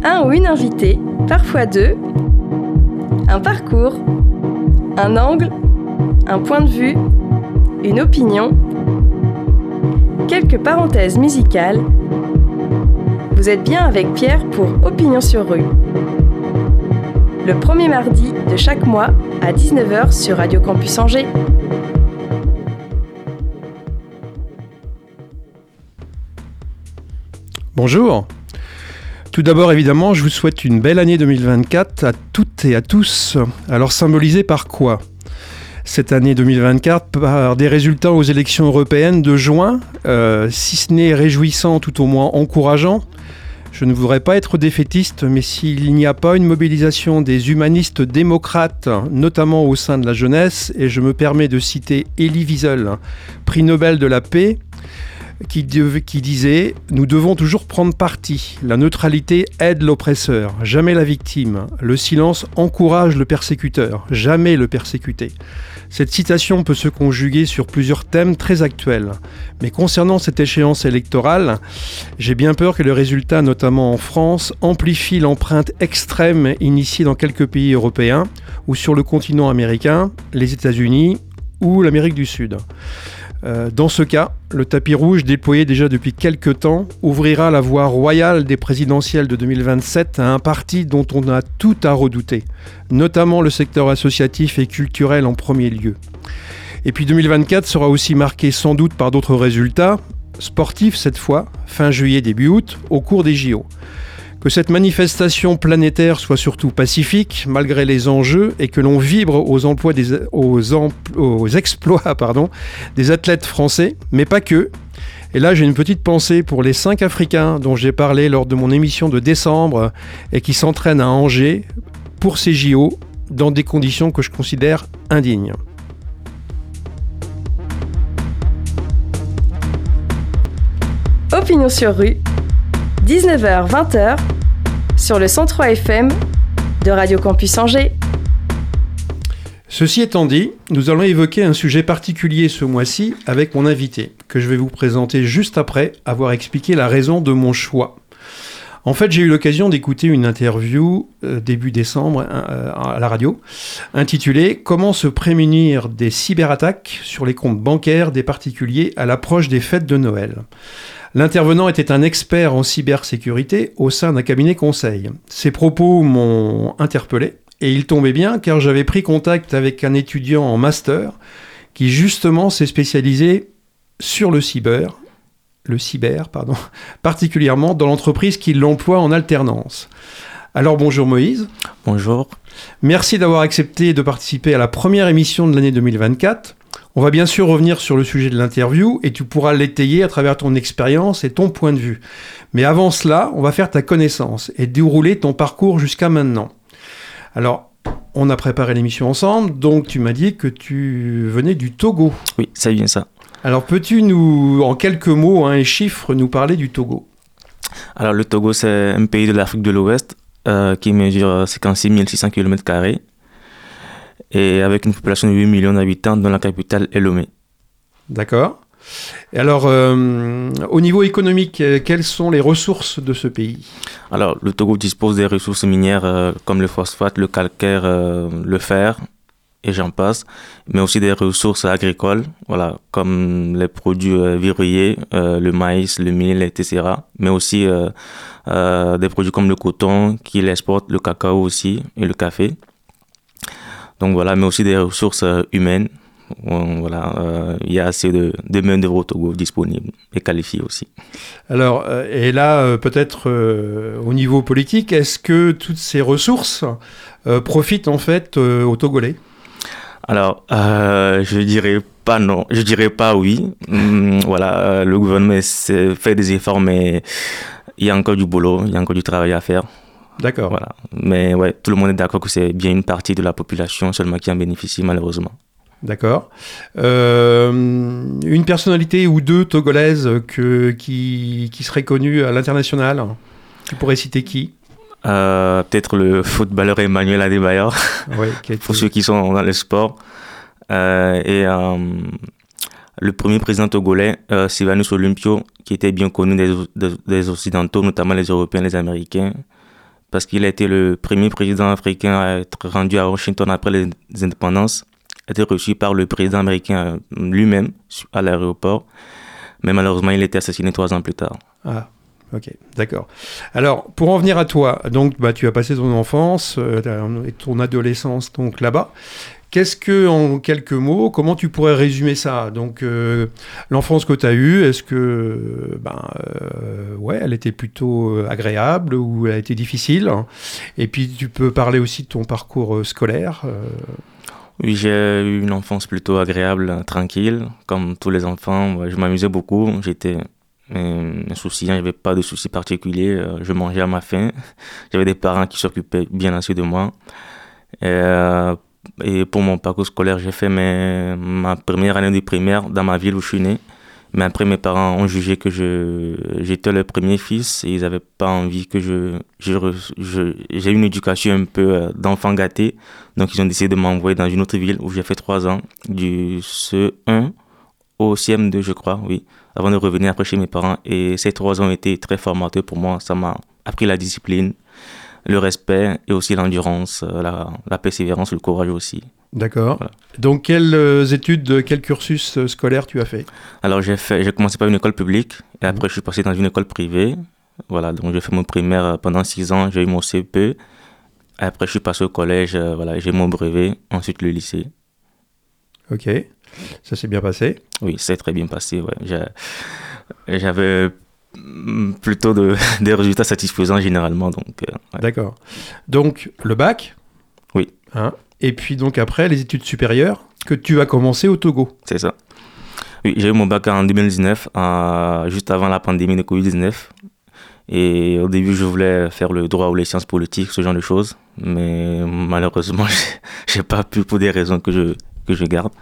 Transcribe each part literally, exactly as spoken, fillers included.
Un ou une invitée, parfois deux, un parcours, un angle, un point de vue, une opinion, quelques parenthèses musicales. Vous êtes bien avec Pierre pour Opinion sur rue. Le premier mardi de chaque mois à dix-neuf heures sur Radio Campus Angers. Bonjour. Tout d'abord, évidemment, je vous souhaite une belle année deux mille vingt-quatre à toutes et à tous. Alors, symbolisée par quoi ? Cette année deux mille vingt-quatre, par des résultats aux élections européennes de juin, euh, si ce n'est réjouissant, tout au moins encourageant. Je ne voudrais pas être défaitiste, mais s'il n'y a pas une mobilisation des humanistes démocrates, notamment au sein de la jeunesse, et je me permets de citer Elie Wiesel, prix Nobel de la paix, Qui, de, qui disait « Nous devons toujours prendre parti. La neutralité aide l'oppresseur, jamais la victime. Le silence encourage le persécuteur, jamais le persécuté. » Cette citation peut se conjuguer sur plusieurs thèmes très actuels. Mais concernant cette échéance électorale, j'ai bien peur que le résultat, notamment en France, amplifie l'empreinte extrême initiée dans quelques pays européens ou sur le continent américain, les États-Unis ou l'Amérique du Sud. Dans ce cas, le tapis rouge déployé déjà depuis quelques temps ouvrira la voie royale des présidentielles de deux mille vingt-sept à un parti dont on a tout à redouter, notamment le secteur associatif et culturel en premier lieu. Et puis deux mille vingt-quatre sera aussi marqué sans doute par d'autres résultats, sportifs cette fois, fin juillet, début août, au cours des J O. Que cette manifestation planétaire soit surtout pacifique, malgré les enjeux, et que l'on vibre aux, emplois des, aux, empl- aux exploits pardon, des athlètes français, mais pas que. Et là, j'ai une petite pensée pour les cinq Africains dont j'ai parlé lors de mon émission de décembre et qui s'entraînent à Angers pour ces J O dans des conditions que je considère indignes. Opinion sur rue, dix-neuf heures vingt heures, sur le cent trois F M de Radio Campus Angers. Ceci étant dit, nous allons évoquer un sujet particulier ce mois-ci avec mon invité, que je vais vous présenter juste après avoir expliqué la raison de mon choix. En fait, j'ai eu l'occasion d'écouter une interview euh, début décembre euh, à la radio, intitulée « Comment se prémunir des cyberattaques sur les comptes bancaires des particuliers à l'approche des fêtes de Noël ». L'intervenant était un expert en cybersécurité au sein d'un cabinet conseil. Ses propos m'ont interpellé et il tombait bien car j'avais pris contact avec un étudiant en master qui justement s'est spécialisé sur le cyber, le cyber, pardon, particulièrement dans l'entreprise qui l'emploie en alternance. Alors bonjour Moïse. Bonjour. Merci d'avoir accepté de participer à la première émission de l'année deux mille vingt-quatre. On va bien sûr revenir sur le sujet de l'interview et tu pourras l'étayer à travers ton expérience et ton point de vue. Mais avant cela, on va faire ta connaissance et dérouler ton parcours jusqu'à maintenant. Alors, on a préparé l'émission ensemble, donc tu m'as dit que tu venais du Togo. Oui, c'est bien ça. Alors, peux-tu nous, en quelques mots hein, et chiffres, nous parler du Togo ? Alors, le Togo, c'est un pays de l'Afrique de l'Ouest euh, qui mesure cinquante-six mille six cents kilomètres carrés. Et avec une population de huit millions d'habitants dont la capitale est Lomé. D'accord. Et alors, euh, au niveau économique, quelles sont les ressources de ce pays ? Alors, le Togo dispose des ressources minières euh, comme le phosphate, le calcaire, euh, le fer, et j'en passe, mais aussi des ressources agricoles, voilà, comme les produits euh, vivriers, euh, le maïs, le mil, et cetera. Mais aussi euh, euh, des produits comme le coton, qu'il exporte, le cacao aussi, et le café. Donc voilà, mais aussi des ressources humaines. Voilà, euh, il y a assez de, de main-d'œuvre au Togo disponibles et qualifiées aussi. Alors, euh, et là, euh, peut-être euh, au niveau politique, est-ce que toutes ces ressources euh, profitent en fait euh, aux Togolais ? Alors, euh, je dirais pas non, je dirais pas oui. Hum, voilà, euh, le gouvernement fait des efforts, mais il y a encore du boulot, il y a encore du travail à faire. D'accord. Voilà. Mais ouais, tout le monde est d'accord que c'est bien une partie de la population seulement qui en bénéficie malheureusement. D'accord. Euh, une personnalité ou deux togolaises que, qui, qui serait connue à l'international, tu pourrais citer qui ? euh, Peut-être le footballeur Emmanuel Adebayor, ouais, été... pour ceux qui sont dans le sport. Euh, et euh, le premier président togolais, euh, Sylvanus Olympio, qui était bien connu des, des, des Occidentaux, notamment les Européens, les Américains. parce qu'il a été le premier président africain à être rendu à Washington après les indépendances, a été reçu par le président américain lui-même à l'aéroport, mais malheureusement il a été assassiné trois ans plus tard. Ah, ok, d'accord. Alors, pour en venir à toi, donc bah, tu as passé ton enfance euh, et ton adolescence donc là-bas. Qu'est-ce que, en quelques mots, comment tu pourrais résumer ça? Donc, euh, l'enfance que tu as eue, est-ce que, ben, euh, ouais, elle était plutôt agréable ou elle a été difficile? Et puis, tu peux parler aussi de ton parcours scolaire. Euh... Oui, j'ai eu une enfance plutôt agréable, tranquille, comme tous les enfants. Je m'amusais beaucoup, j'étais insouciant, il n'y avait pas de soucis particuliers. Je mangeais à ma faim. J'avais des parents qui s'occupaient bien assez de moi. Et, euh, Et pour mon parcours scolaire, j'ai fait mes, ma première année de primaire dans ma ville où je suis né. Mais après, mes parents ont jugé que je, j'étais leur premier fils et ils n'avaient pas envie que je, je, je, j'ai une éducation un peu d'enfant gâté. Donc, ils ont décidé de m'envoyer dans une autre ville où j'ai fait trois ans, du C E un au C M deux, je crois, oui, avant de revenir après chez mes parents. Et ces trois ans ont été très formateurs pour moi. Ça m'a appris la discipline, le respect et aussi l'endurance, la, la persévérance, le courage aussi. D'accord. Voilà. Donc, quelles études, quel cursus scolaire tu as fait? Alors, j'ai, fait, j'ai commencé par une école publique et après, mmh. je suis passé dans une école privée. Voilà, donc j'ai fait mon primaire pendant six ans, j'ai eu mon C P. Après, je suis passé au collège, voilà, j'ai mon brevet, ensuite le lycée. Ok, ça s'est bien passé? Oui, c'est très bien passé, ouais. J'ai, j'avais plutôt de, des résultats satisfaisants généralement. Donc, euh, ouais. D'accord. Donc, le bac? Oui. Hein? Et puis donc après, les études supérieures que tu as commencé au Togo? C'est ça. Oui, j'ai eu mon bac en deux mille dix-neuf, euh, juste avant la pandémie de covid dix-neuf. Et au début, je voulais faire le droit ou les sciences politiques, ce genre de choses. Mais malheureusement, j'ai pas pu pour des raisons que je, que je garde.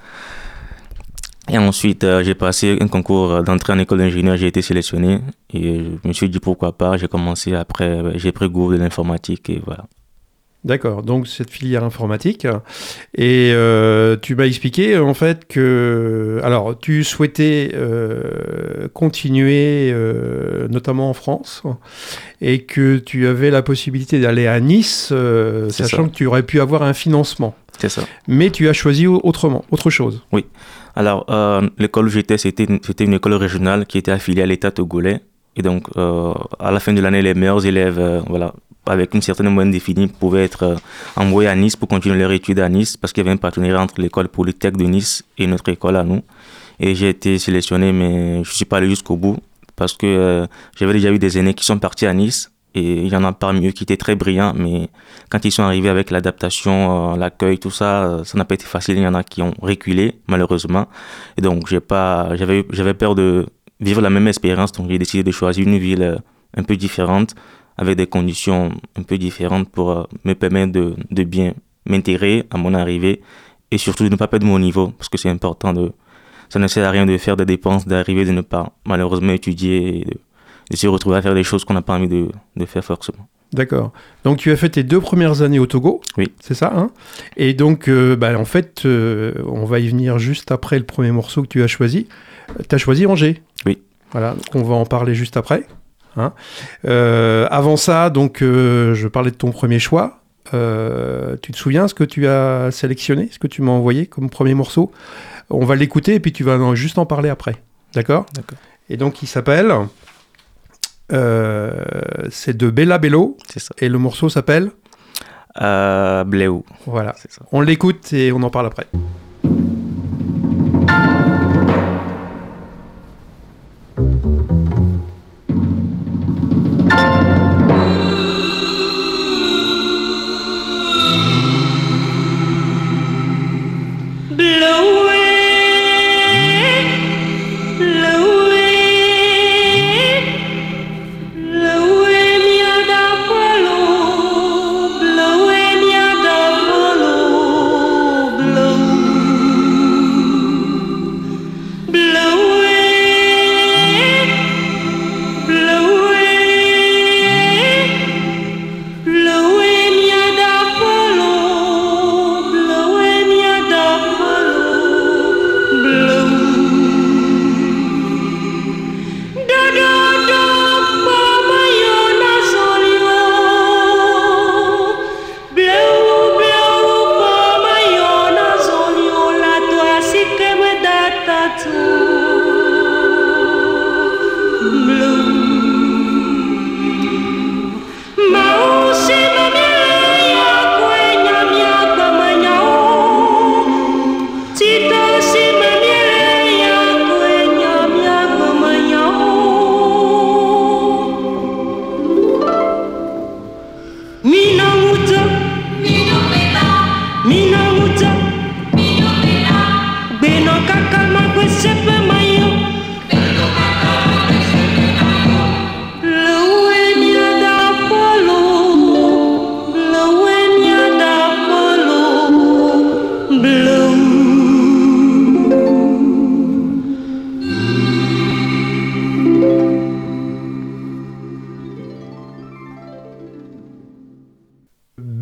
Et ensuite, euh, j'ai passé un concours d'entrée en école d'ingénieur, j'ai été sélectionné. Et je me suis dit pourquoi pas, j'ai commencé après, j'ai pris goût de l'informatique et voilà. D'accord, donc cette filière informatique. Et euh, tu m'as expliqué en fait que... Alors, tu souhaitais euh, continuer, euh, notamment en France, et que tu avais la possibilité d'aller à Nice, euh, sachant ça. que tu aurais pu avoir un financement. C'est ça. Mais tu as choisi autrement, autre chose. Oui. Alors, euh, l'école où j'étais, c'était, c'était une école régionale qui était affiliée à l'État togolais. Et donc, euh, à la fin de l'année, les meilleurs élèves, euh, voilà, avec une certaine moyenne définie, pouvaient être euh, envoyés à Nice pour continuer leur études à Nice, parce qu'il y avait un partenariat entre l'école Polytech de Nice et notre école à nous. Et j'ai été sélectionné, mais je ne suis pas allé jusqu'au bout, parce que euh, j'avais déjà eu des aînés qui sont partis à Nice, et il y en a parmi eux qui étaient très brillants, mais quand ils sont arrivés avec l'adaptation, euh, l'accueil, tout ça, euh, ça n'a pas été facile. Il y en a qui ont reculé, malheureusement. Et donc, j'ai pas, j'avais, j'avais peur de vivre la même expérience, donc j'ai décidé de choisir une ville euh, un peu différente, avec des conditions un peu différentes pour euh, me permettre de, de bien m'intégrer à mon arrivée et surtout de ne pas perdre mon niveau, parce que c'est important. De, ça ne sert à rien de faire des dépenses, d'arriver, de ne pas malheureusement étudier et de, de se retrouver à faire des choses qu'on n'a pas envie de, de faire forcément. D'accord. Donc, tu as fait tes deux premières années au Togo. Oui. C'est ça, hein? Et donc, euh, bah, en fait, euh, on va y venir juste après le premier morceau que tu as choisi. Tu as choisi Angers. Oui. Voilà, donc on va en parler juste après. Hein. Euh, avant ça, donc, euh, je parlais de ton premier choix. Euh, tu te souviens ce que tu as sélectionné, ce que tu m'as envoyé comme premier morceau? On va l'écouter et puis tu vas en, juste en parler après. D'accord? D'accord. Et donc, il s'appelle... Euh, c'est de Bella Bello. C'est ça. Et le morceau s'appelle euh, Bléou. Voilà. C'est ça. On l'écoute et on en parle après. Blow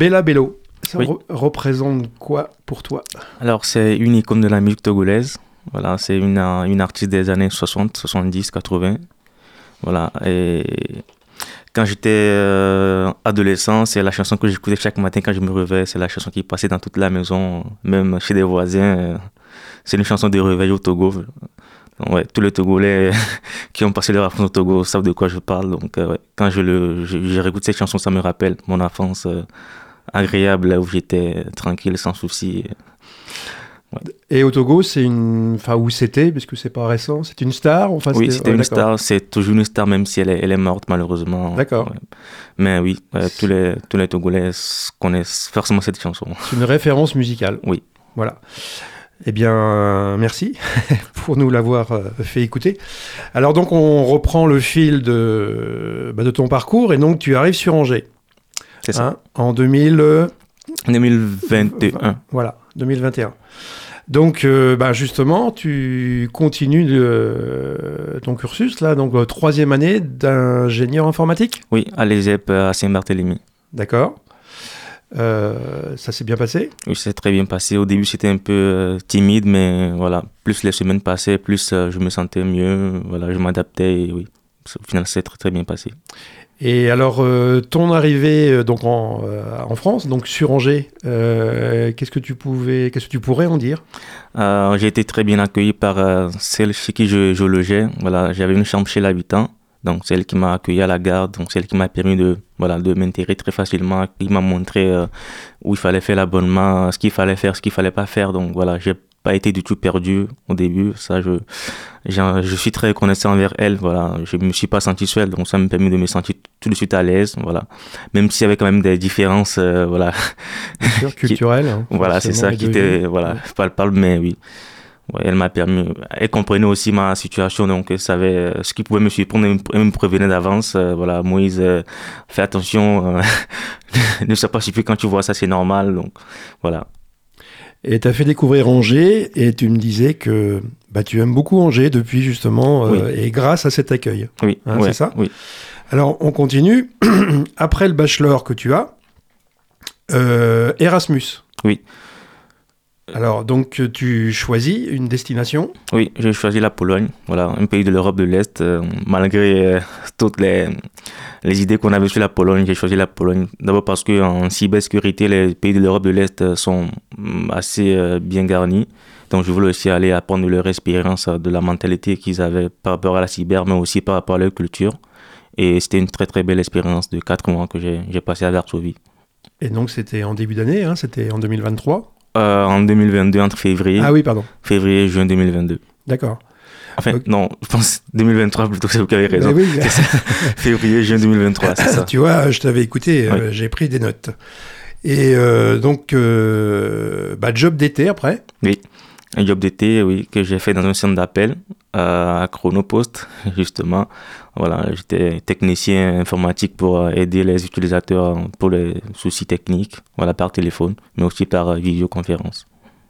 Bella Bello, ça Oui. re- représente quoi pour toi? Alors, c'est une icône de la musique togolaise. Voilà, c'est une, euh, une artiste des années soixante, soixante-dix, quatre-vingts. Voilà, et quand j'étais euh, adolescent, c'est la chanson que j'écoutais chaque matin quand je me réveillais. C'est la chanson qui passait dans toute la maison, même chez des voisins. euh, C'est une chanson de réveil au Togo. Donc, ouais, tous les Togolais qui ont passé leur enfance au Togo savent de quoi je parle. Donc, euh, ouais, quand je, le, je, je réécoute cette chanson, ça me rappelle mon enfance euh, agréable, là où j'étais tranquille, sans souci. Et au Togo, c'est une, enfin où c'était, parce que c'est pas récent, c'est une star. Enfin, Oui, c'était ouais, une d'accord. star. C'est toujours une star, même si elle est, elle est morte, malheureusement. D'accord. Ouais. Mais oui, ouais, tous, les, tous les Togolais s- connaissent forcément cette chanson. C'est une référence musicale. Oui. Voilà. Eh bien, euh, merci pour nous l'avoir euh, fait écouter. Alors donc, on reprend le fil de, bah, de ton parcours, et donc tu arrives sur Angers. C'est ça. Hein, en deux mille, euh, deux mille vingt et un. voilà, deux mille vingt et un. Donc, euh, bah, justement, tu continues de, ton cursus, là, donc euh, troisième année d'ingénieur informatique. Oui, à l'E S E P à Saint-Barthélemy. D'accord. Euh, ça s'est bien passé? Oui, c'est très bien passé. Au début, c'était un peu euh, timide, mais voilà, plus les semaines passaient, plus euh, je me sentais mieux. Voilà, je m'adaptais et oui, au final, c'est très très bien passé. Et alors, euh, ton arrivée euh, donc en, euh, en France, donc sur Angers, euh, qu'est-ce que tu pouvais, qu'est-ce que tu pourrais en dire? Euh, j'ai été très bien accueilli par euh, celle chez qui je, je logeais. Voilà, j'avais une chambre chez l'habitant, donc celle qui m'a accueilli à la gare, donc celle qui m'a permis de voilà de m'intégrer très facilement, qui m'a montré euh, où il fallait faire l'abonnement, ce qu'il fallait faire, ce qu'il fallait pas faire. Donc voilà, j'ai pas été du tout perdu au début. Ça, je j'ai- je suis très reconnaissant envers elle. Voilà, je me suis pas senti seul, donc ça m'a permis de me sentir tout de suite à l'aise. Voilà, même s'il y avait quand même des différences, euh, voilà. Bien sûr, culturel. hein, Voilà, c'est forcément, ça les qui deux était vies. voilà, palpable, mais oui. Ouais, elle m'a permis, elle comprenait aussi ma situation, donc elle savait euh, ce qui pouvait me surprendre, elle me elle me prévenait d'avance. euh, voilà, Moïse, euh, fais attention, euh, ne sois pas surpris quand tu vois ça, c'est normal. Donc voilà. Et tu as fait découvrir Angers, et tu me disais que bah, tu aimes beaucoup Angers depuis justement, euh, Oui. et grâce à cet accueil. Oui, Hein, ouais, c'est ça? Oui, Alors, on continue. Après le bachelor que tu as, euh, Erasmus. oui, Alors, donc, tu choisis une destination. oui, j'ai choisi la Pologne, voilà, un pays de l'Europe de l'Est. euh, malgré euh, toutes les, les idées qu'on avait sur la Pologne, j'ai choisi la Pologne. D'abord parce qu'en cybersécurité, les pays de l'Europe de l'Est euh, sont mm, assez euh, bien garnis. Donc, je voulais aussi aller apprendre de leur expérience, euh, de la mentalité qu'ils avaient par rapport à la cyber, mais aussi par rapport à leur culture. Et c'était une très très belle expérience de quatre mois que j'ai j'ai passé à Varsovie. Et donc, c'était en début d'année, hein, c'était en deux mille vingt-trois. Euh, en deux mille vingt-deux, entre février, Ah oui, pardon. février et juin deux mille vingt-deux. D'accord. Enfin, Ok. non, je pense deux mille vingt-trois plutôt, c'est vous qui avez raison. Eh oui. C'est ça. Février, juin deux mille vingt-trois, c'est ça. Tu vois, je t'avais écouté, euh, Oui. j'ai pris des notes. Et euh, donc, euh, bah, job d'été après. Oui, un job d'été, oui, que j'ai fait dans un centre d'appel euh, à Chronopost, justement. Voilà, j'étais technicien informatique pour euh, aider les utilisateurs pour les soucis techniques, voilà, par téléphone, mais aussi par euh, visioconférence.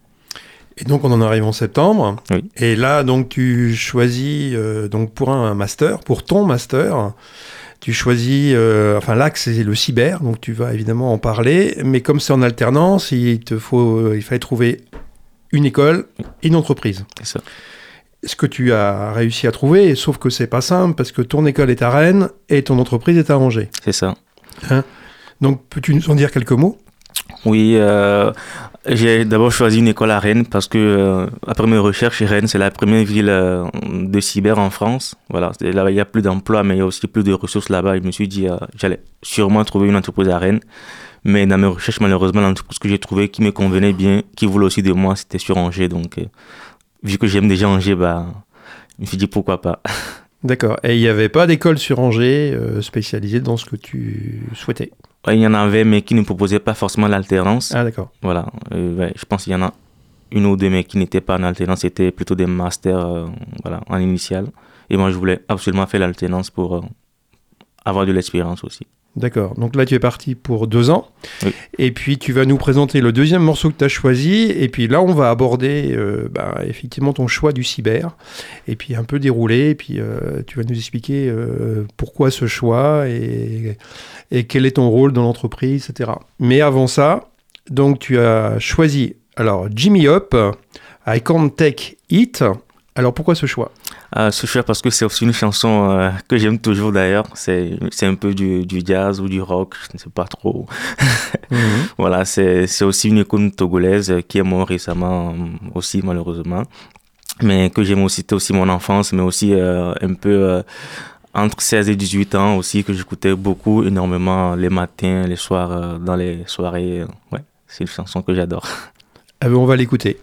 Et donc, on en arrive en septembre. Oui. Et là, donc, tu choisis, euh, donc, pour un master, pour ton master, tu choisis, euh, enfin, l'axe, c'est le cyber, donc tu vas évidemment en parler. Mais comme c'est en alternance, il te faut, euh, il fallait trouver une école et une entreprise. C'est ça. Ce que tu as réussi à trouver, sauf que c'est pas simple, parce que ton école est à Rennes et ton entreprise est à Angers. C'est ça. Donc, peux-tu nous en dire quelques mots? Oui, euh, j'ai d'abord choisi une école à Rennes parce que, euh, après mes recherches, Rennes, c'est la première ville euh, de cyber en France. Voilà, c'est là, il y a plus d'emplois, mais il y a aussi plus de ressources là-bas. Je me suis dit, euh, j'allais sûrement trouver une entreprise à Rennes. Mais dans mes recherches, malheureusement, l'entreprise que j'ai trouvée qui me convenait bien, qui voulait aussi de moi, c'était sur Angers. Donc, euh, vu que j'aime déjà Angers, bah, je me suis dit pourquoi pas. D'accord. Et il n'y avait pas d'école sur Angers euh, spécialisée dans ce que tu souhaitais? Ouais, il y en avait, mais qui ne proposaient pas forcément l'alternance. Ah, d'accord. Voilà, euh, ouais, je pense qu'il y en a une ou deux, mais qui n'étaient pas en alternance, c'était plutôt des masters euh, voilà, en initial. Et moi, je voulais absolument faire l'alternance pour euh, avoir de l'expérience aussi. D'accord. Donc là, tu es parti pour deux ans. Oui. Et puis, tu vas nous présenter le deuxième morceau que tu as choisi. Et puis là, on va aborder euh, bah, effectivement ton choix du cyber. Et puis un peu dérouler. Et puis, euh, tu vas nous expliquer euh, pourquoi ce choix et, et quel est ton rôle dans l'entreprise, et cetera. Mais avant ça, donc, tu as choisi alors Jimmy Hop, I Can't Take It. Alors, pourquoi ce choix ? Ah, ce choix parce que c'est aussi une chanson euh, que j'aime toujours d'ailleurs. C'est, c'est un peu du, du jazz ou du rock, je ne sais pas trop. Mm-hmm. Voilà, c'est, c'est aussi une icône togolaise qui est morte récemment aussi malheureusement. Mais que j'aime aussi, c'était aussi mon enfance, mais aussi euh, un peu euh, entre seize et dix-huit ans aussi, que j'écoutais beaucoup, énormément les matins, les soirs, euh, dans les soirées. Ouais, c'est une chanson que j'adore. Ah ben, on va l'écouter.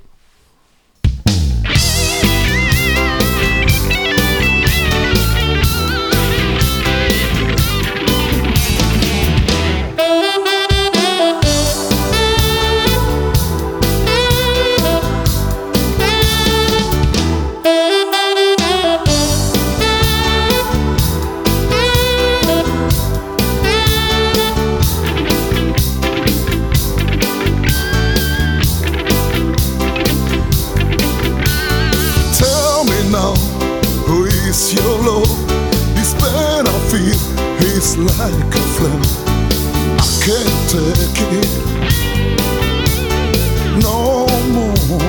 Like a flame, I can't take it no more.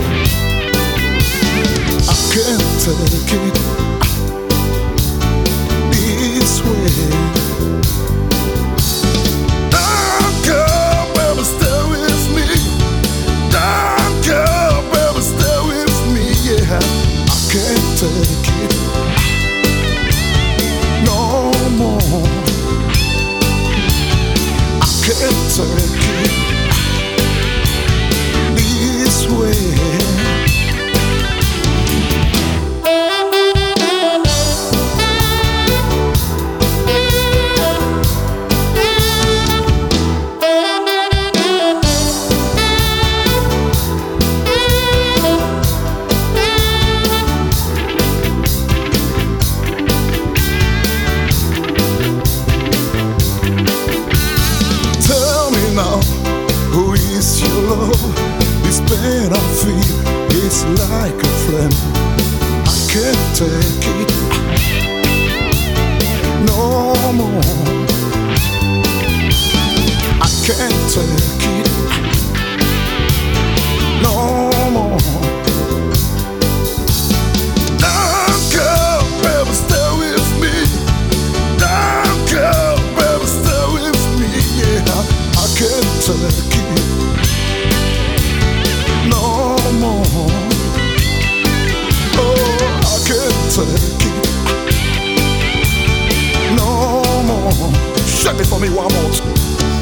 I can't take it this way. Don't come, baby, stay with me. Don't come, baby, stay with me. Yeah, I can't take it no more. Can't take it this way. Like a friend, I can't take it no more. I can't take it no more. Don't go, baby, stay with me. Don't go, baby, stay with me. Yeah, I can't take it no more. Take it no more. Shut it for me one more time.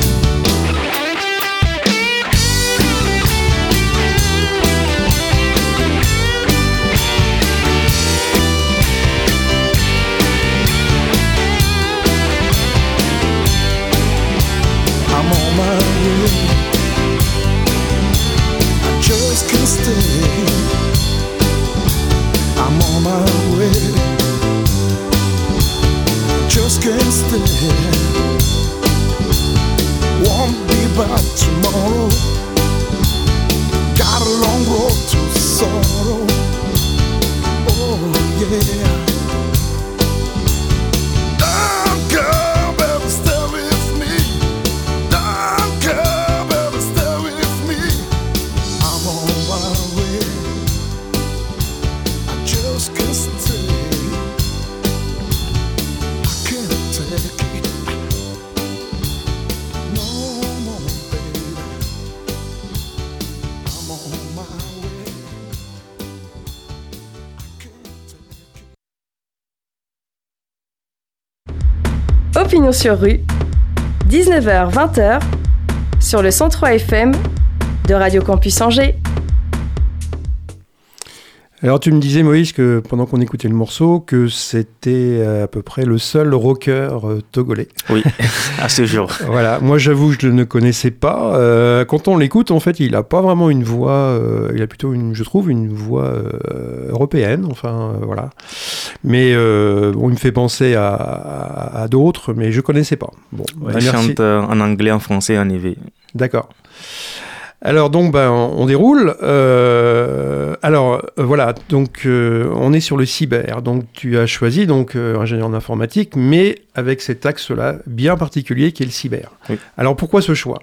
I'm on my way. I just can't stay. I'm on my way, just can't stay. Won't be back tomorrow. Got a long road to sorrow. Oh yeah. Don't go, baby, stay with me. Don't go, baby, stay with me. I'm on my way. Just can't stay. I can't take it no more, baby. I'm on my way. I can't take it. Opinion sur rue, dix-neuf heures vingt heures, sur le cent trois F M de Radio Campus Angers. Alors tu me disais Moïse que pendant qu'on écoutait le morceau que c'était à peu près le seul rocker euh, togolais. Oui, à ce jour. Voilà, moi j'avoue je ne le connaissais pas. Euh, quand on l'écoute en fait il n'a pas vraiment une voix, euh, il a plutôt une, je trouve une voix euh, européenne, enfin euh, voilà. Mais euh, bon, il me fait penser à, à, à d'autres, mais je ne connaissais pas. Bon, Ouais, bah, il merci. chante euh, en anglais, en français, en éveil. D'accord. Alors donc ben, on déroule. Euh, alors euh, voilà, donc euh, on est sur le cyber. Donc tu as choisi donc euh, ingénieur en informatique, mais avec cet axe-là bien particulier qui est le cyber. Oui. Alors pourquoi ce choix ?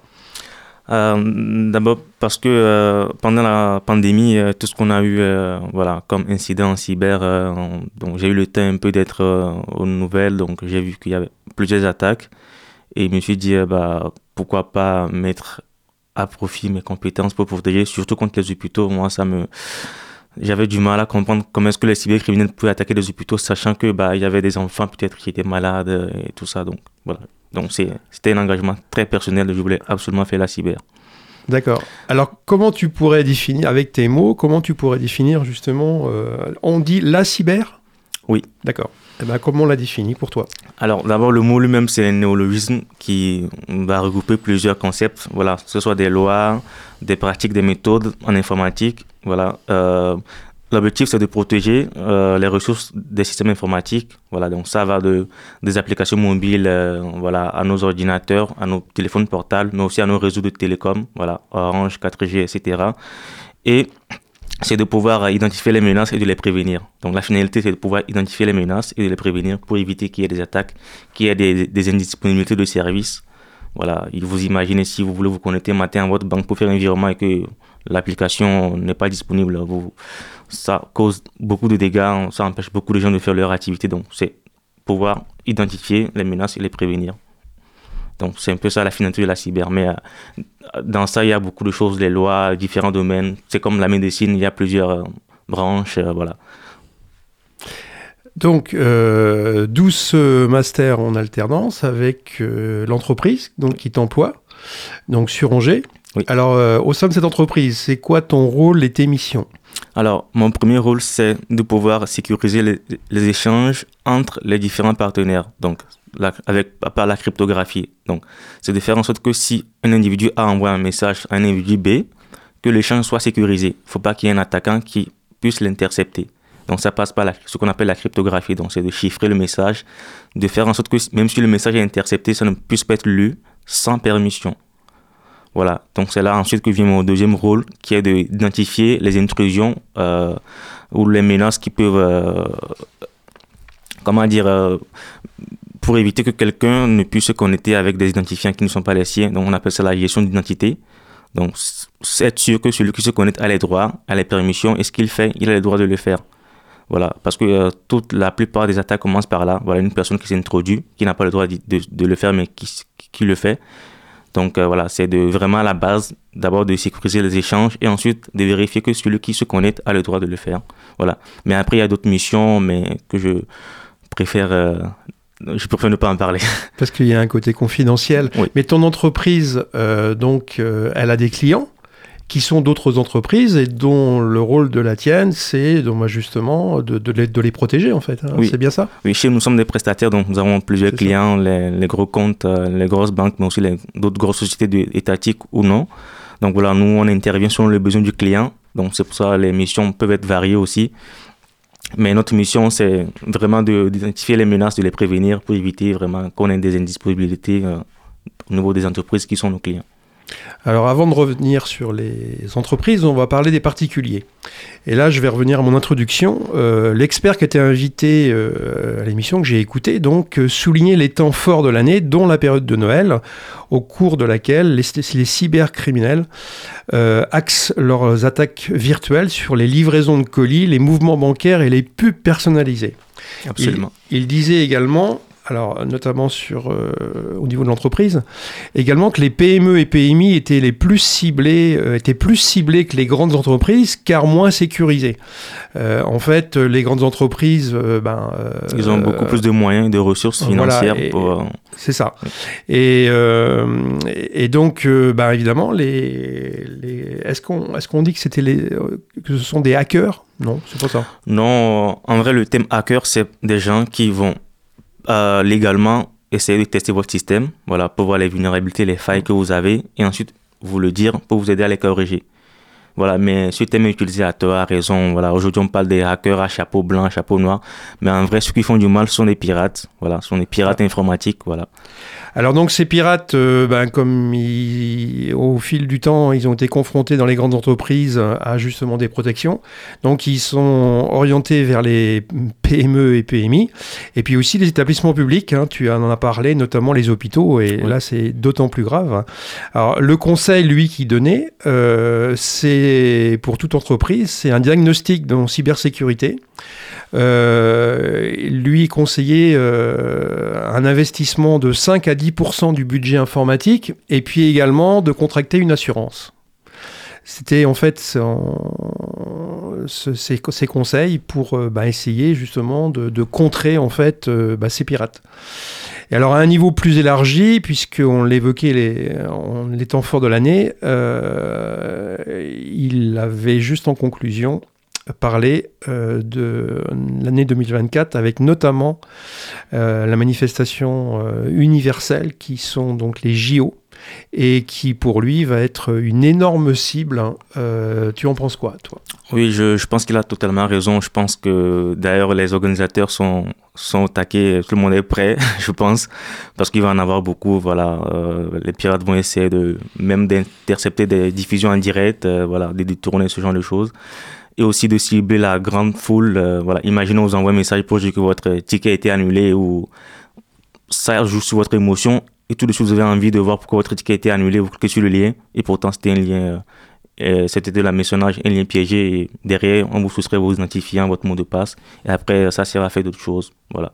Euh, d'abord parce que euh, pendant la pandémie, euh, tout ce qu'on a eu euh, voilà, comme incident en cyber, euh, on- donc j'ai eu le temps un peu d'être euh, aux nouvelles, donc j'ai vu qu'il y avait plusieurs attaques et je me suis dit euh, bah, pourquoi pas mettre à profit mes compétences pour protéger, surtout contre les hôpitaux. Moi, ça me... J'avais du mal à comprendre comment est-ce que les cybercriminels pouvaient attaquer les hôpitaux, sachant que bah, il y avait des enfants peut-être qui étaient malades euh, et tout ça. Donc voilà. Donc c'est, c'était un engagement très personnel. Je voulais absolument faire la cyber. D'accord. Alors comment tu pourrais définir, avec tes mots, comment tu pourrais définir justement, euh, on dit la cyber ? Oui. D'accord. Eh ben, comment on la définit pour toi ? Alors d'abord, le mot lui-même, c'est un néologisme qui va regrouper plusieurs concepts. Voilà, que ce soit des lois, des pratiques, des méthodes en informatique. Voilà. Euh, L'objectif, c'est de protéger euh, les ressources des systèmes informatiques. Voilà, donc ça va de, des applications mobiles euh, voilà, à nos ordinateurs, à nos téléphones portables, mais aussi à nos réseaux de télécom, voilà, Orange, quatre G, et cetera. Et c'est de pouvoir identifier les menaces et de les prévenir. Donc la finalité, c'est de pouvoir identifier les menaces et de les prévenir pour éviter qu'il y ait des attaques, qu'il y ait des, des indisponibilités de services. Voilà, vous imaginez si vous voulez vous connecter un matin à votre banque pour faire un virement et que l'application n'est pas disponible, vous, ça cause beaucoup de dégâts, ça empêche beaucoup de gens de faire leur activité. Donc c'est pouvoir identifier les menaces et les prévenir. Donc c'est un peu ça la finalité de la cyber. Mais euh, dans ça, il y a beaucoup de choses, les lois, différents domaines. C'est comme la médecine, il y a plusieurs euh, branches, euh, voilà. Donc, euh, d'où ce master en alternance avec euh, l'entreprise donc, qui t'emploie, donc sur Angers. Oui. Alors, euh, au sein de cette entreprise, c'est quoi ton rôle et tes missions ? Alors, mon premier rôle, c'est de pouvoir sécuriser les, les échanges entre les différents partenaires, donc la, avec, par la cryptographie. Donc, c'est de faire en sorte que si un individu A envoie un message à un individu B, que l'échange soit sécurisé. Il ne faut pas qu'il y ait un attaquant qui puisse l'intercepter. Donc, ça passe par la, ce qu'on appelle la cryptographie. Donc, c'est de chiffrer le message, de faire en sorte que même si le message est intercepté, ça ne puisse pas être lu sans permission. Voilà, donc c'est là ensuite que vient mon deuxième rôle, qui est d'identifier les intrusions euh, ou les menaces qui peuvent, euh, comment dire, euh, pour éviter que quelqu'un ne puisse se connecter avec des identifiants qui ne sont pas les siens. Donc on appelle ça la gestion d'identité. Donc c'est être sûr que celui qui se connecte a les droits, a les permissions, et ce qu'il fait, il a le droit de le faire. Voilà, parce que euh, toute la plupart des attaques commencent par là. Voilà, une personne qui s'introduit, qui n'a pas le droit de, de, de le faire, mais qui, qui le fait. Donc euh, voilà, c'est de, vraiment à la base, d'abord de sécuriser les échanges et ensuite de vérifier que celui qui se connecte a le droit de le faire. Voilà. Mais après, il y a d'autres missions, mais que je préfère, euh, je préfère ne pas en parler. Parce qu'il y a un côté confidentiel. Oui. Mais ton entreprise, euh, donc, euh, elle a des clients qui sont d'autres entreprises et dont le rôle de la tienne, c'est donc, justement de, de, les, de les protéger, en fait. Hein. Oui. C'est bien ça ? Oui, chez nous, nous sommes des prestataires, donc nous avons plusieurs C'est clients, les, les gros comptes, euh, les grosses banques, mais aussi les, d'autres grosses sociétés de, étatiques ou non. Donc voilà, nous, on intervient selon les besoins du client. Donc c'est pour ça que les missions peuvent être variées aussi. Mais notre mission, c'est vraiment de, d'identifier les menaces, de les prévenir pour éviter vraiment qu'on ait des indisponibilités euh, au niveau des entreprises qui sont nos clients. Alors avant de revenir sur les entreprises, on va parler des particuliers. Et là, je vais revenir à mon introduction. Euh, l'expert qui était invité euh, à l'émission que j'ai écoutée, donc, euh, soulignait les temps forts de l'année, dont la période de Noël, au cours de laquelle les, les cybercriminels euh, axent leurs attaques virtuelles sur les livraisons de colis, les mouvements bancaires et les pubs personnalisées. Absolument. Il, il disait également... alors notamment sur, euh, au niveau de l'entreprise, également que les P M E et P M I étaient les plus ciblés, euh, étaient plus ciblés que les grandes entreprises, car moins sécurisés. Euh, en fait, les grandes entreprises, euh, ben, euh, ils ont beaucoup plus de moyens et de ressources financières. Voilà, et, pour... C'est ça. Et, euh, et donc, euh, ben, évidemment, les, les, est-ce qu'on, est-ce qu'on dit que c'était les, que ce sont des hackers ? Non, c'est pas ça. Non, en vrai, le thème hacker, c'est des gens qui vont euh, légalement essayer de tester votre système, voilà, pour voir les vulnérabilités, les failles que vous avez, et ensuite vous le dire pour vous aider à les corriger. Voilà, mais ce thème est utilisé à tort, à raison. Voilà, aujourd'hui, on parle des hackers à chapeau blanc, à chapeau noir. Mais en vrai, ceux qui font du mal sont des pirates. Voilà, ce sont des pirates informatiques. Voilà. Alors donc ces pirates, euh, ben, comme ils, au fil du temps, ils ont été confrontés dans les grandes entreprises à justement des protections. Donc ils sont orientés vers les P M E et P M I. Et puis aussi les établissements publics, hein, tu en as parlé, notamment les hôpitaux. Et oui. Là, c'est d'autant plus grave. Alors le conseil, lui, qui donnait, euh, c'est pour toute entreprise, c'est un diagnostic en cybersécurité. Euh, lui conseillait euh, un investissement de cinq à dix pour cent du budget informatique et puis également de contracter une assurance. C'était en fait en, ce, ces, ces conseils pour euh, bah, essayer justement de, de contrer en fait euh, bah, ces pirates. Et alors à un niveau plus élargi, puisqu'on l'évoquait les, en les temps forts de l'année, euh, il avait juste en conclusion parler euh, de l'année deux mille vingt-quatre avec notamment euh, la manifestation euh, universelle qui sont donc les J O et qui pour lui va être une énorme cible. Hein. Euh, tu en penses quoi, toi ? Oui, je, je pense qu'il a totalement raison. Je pense que d'ailleurs les organisateurs sont, sont au taquet, tout le monde est prêt, je pense, parce qu'il va en avoir beaucoup. Voilà, euh, les pirates vont essayer de même d'intercepter des diffusions en direct, euh, voilà, de détourner ce genre de choses. Et aussi de cibler la grande foule. Euh, voilà. Imaginons, vous envoie un message pour dire que votre ticket a été annulé ou ça joue sur votre émotion et tout de suite vous avez envie de voir pourquoi votre ticket a été annulé, vous cliquez sur le lien et pourtant c'était un lien, euh, c'était de la messonnage, un lien piégé et derrière on vous soustrait vos identifiants, votre mot de passe et après ça sert à faire d'autres choses. Voilà.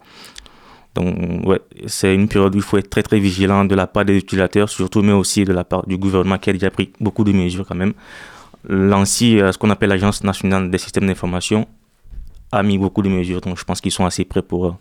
Donc ouais, c'est une période où il faut être très très vigilant de la part des utilisateurs surtout, mais aussi de la part du gouvernement qui a déjà pris beaucoup de mesures quand même. L'ANSSI, ce qu'on appelle l'Agence nationale des systèmes d'information, a mis beaucoup de mesures. Donc, je pense qu'ils sont assez prêts pour,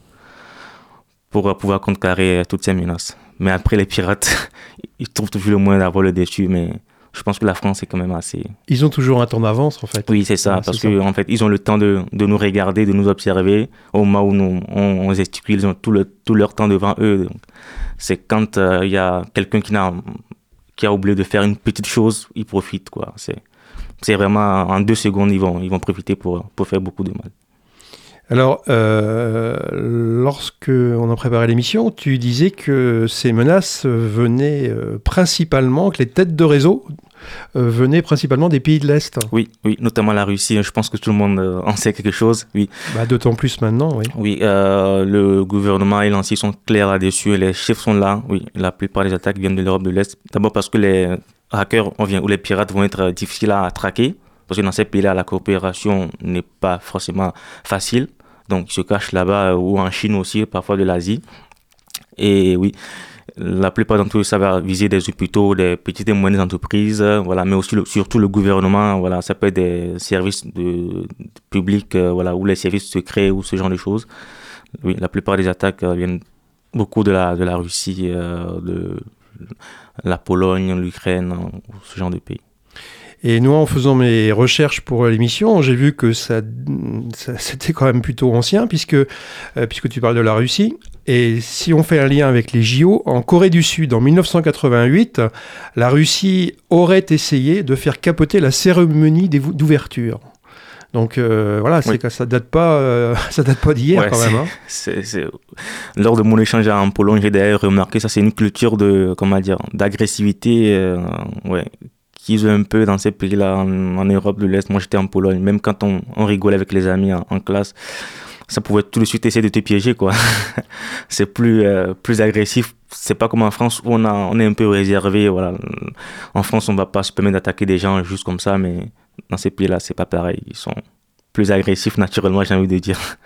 pour pouvoir contrecarrer toutes ces menaces. Mais après, les pirates, ils trouvent toujours le moyen d'avoir le dessus. Mais je pense que la France est quand même assez... Ils ont toujours un temps d'avance, en fait. Oui, c'est ça. Ouais, parce qu'en en fait, ils ont le temps de, de nous regarder, de nous observer. Au moment où nous, on, on gesticule, ils ont tout, le, tout leur temps devant eux. Donc, c'est quand il euh, y a quelqu'un qui, n'a, qui a oublié de faire une petite chose, ils profitent, quoi. C'est... C'est vraiment en deux secondes, ils vont, ils vont profiter pour, pour faire beaucoup de mal. Alors, euh, lorsque on a préparé l'émission, tu disais que ces menaces venaient euh, principalement, que les têtes de réseau euh, venaient principalement des pays de l'Est. Oui, oui, notamment la Russie. Je pense que tout le monde euh, en sait quelque chose. Oui. Bah, d'autant plus maintenant, oui. Oui, euh, le gouvernement et l'ANSSI sont clairs là-dessus. Les chiffres sont là. Oui, la plupart des attaques viennent de l'Europe de l'Est. D'abord parce que les hackers on vient, ou les pirates vont être difficiles à traquer. Parce que dans ces pays-là, la coopération n'est pas forcément facile. Donc, ils se cachent là-bas ou en Chine aussi, parfois de l'Asie. Et oui, la plupart d'entre eux, ça va viser des hôpitaux, des petites et moyennes entreprises, voilà, mais aussi le, surtout le gouvernement. Voilà, ça peut être des services de, de publics, euh, voilà, ou les services secrets ou ce genre de choses. Oui, la plupart des attaques euh, viennent beaucoup de la, de la Russie, euh, de la Pologne, l'Ukraine, ce genre de pays. Et nous, en faisant mes recherches pour l'émission, j'ai vu que ça, ça c'était quand même plutôt ancien, puisque, euh, puisque tu parles de la Russie. Et si on fait un lien avec les J O, en Corée du Sud, en dix-neuf cent quatre-vingt-huit, la Russie aurait essayé de faire capoter la cérémonie d'ouverture. Donc euh, voilà, c'est oui. que ça date pas, euh, ça date pas d'hier ouais, quand c'est, même. Hein. C'est, c'est... Lors de mon échange en Pologne, j'ai d'ailleurs remarqué ça, c'est une culture de, comment dire, d'agressivité, euh, ouais, qu'ils ont un peu dans ces pays-là, en, en Europe de l'Est. Moi, j'étais en Pologne, même quand on, on rigolait avec les amis en, en classe, ça pouvait tout de suite essayer de te piéger, quoi. C'est plus, euh, plus agressif. C'est pas comme en France où on, a, on est un peu réservé, voilà. En France, on va pas se permettre d'attaquer des gens juste comme ça, mais dans ces pays-là, c'est pas pareil. Ils sont plus agressifs naturellement, j'ai envie de dire.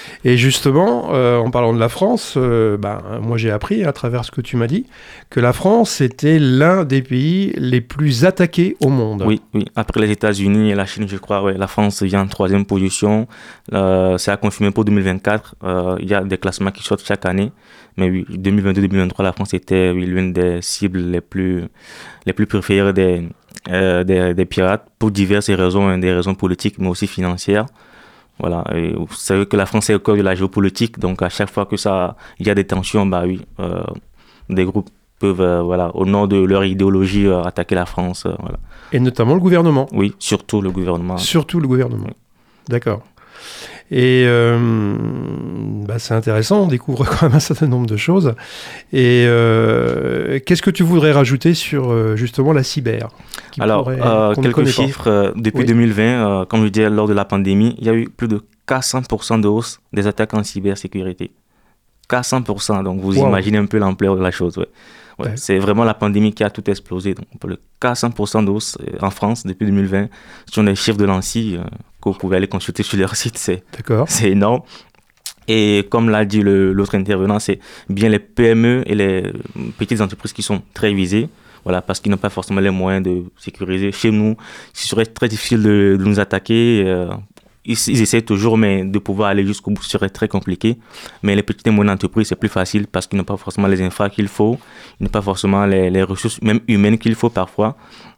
Et justement, euh, en parlant de la France, euh, ben, moi j'ai appris à travers ce que tu m'as dit que la France était l'un des pays les plus attaqués au monde. Oui, oui. Après les États-Unis et la Chine, je crois, ouais, la France vient en troisième position. Euh, c'est à confirmer pour deux mille vingt-quatre. Euh, il y a des classements qui sortent chaque année. Mais oui, deux mille vingt-deux deux mille vingt-trois, la France était oui, l'une des cibles les plus, les plus préférées des, euh, des, des pirates pour diverses raisons, hein, des raisons politiques mais aussi financières. Voilà, et vous savez que la France est au cœur de la géopolitique, donc à chaque fois que ça, il y a des tensions, bah oui, euh, des groupes peuvent, euh, voilà, au nom de leur idéologie, euh, attaquer la France, euh, voilà. Et notamment le gouvernement. Oui, surtout le gouvernement. Surtout le gouvernement. Oui. D'accord. Et euh, bah c'est intéressant, on découvre quand même un certain nombre de choses. Et euh, qu'est-ce que tu voudrais rajouter sur euh, justement la cyber qui Alors, pourrait, euh, qu'on ne quelques connaît pas. chiffres. Euh, depuis Oui. deux mille vingt, euh, comme je disais, lors de la pandémie, il y a eu plus de quatre cents pour cent de hausse des attaques en cybersécurité. quatre cents pour cent, donc vous Wow. imaginez un peu l'ampleur de la chose. Ouais. Ouais, Ouais. c'est vraiment la pandémie qui a tout explosé. Donc, pour le quatre cents pour cent de hausse euh, en France depuis deux mille vingt, ce sont des chiffres de l'ANSSI euh, que vous pouvez aller consulter sur leur site. C'est, D'accord. c'est énorme. Et comme l'a dit le, l'autre intervenant, c'est bien les P M E et les euh, petites entreprises qui sont très visées. Voilà, parce qu'ils n'ont pas forcément les moyens de sécuriser. Chez nous, ce serait très difficile de, de nous attaquer. Euh, ils, ils essaient toujours, mais de pouvoir aller jusqu'au bout, ce serait très compliqué. Mais les petites et moyennes entreprises, c'est plus facile parce qu'ils n'ont pas forcément les infras qu'il faut. Ils n'ont pas forcément les, les ressources, même humaines, qu'il faut parfois.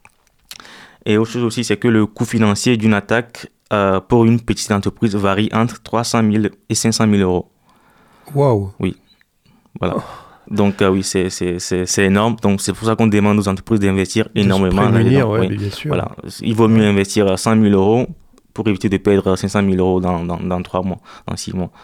Et autre chose aussi, c'est que le coût financier d'une attaque euh, pour une petite entreprise varie entre trois cent mille et cinq cent mille euros. Waouh. Voilà. Donc, euh, oui, c'est, c'est, c'est, c'est énorme. Donc, c'est pour ça qu'on demande aux entreprises d'investir énormément. De se prémunir, là-dedans. ouais, Oui. bien sûr. Voilà. Il vaut mieux investir cent mille euros pour éviter de perdre cinq cent mille euros dans, dans, dans trois mois, dans six mois.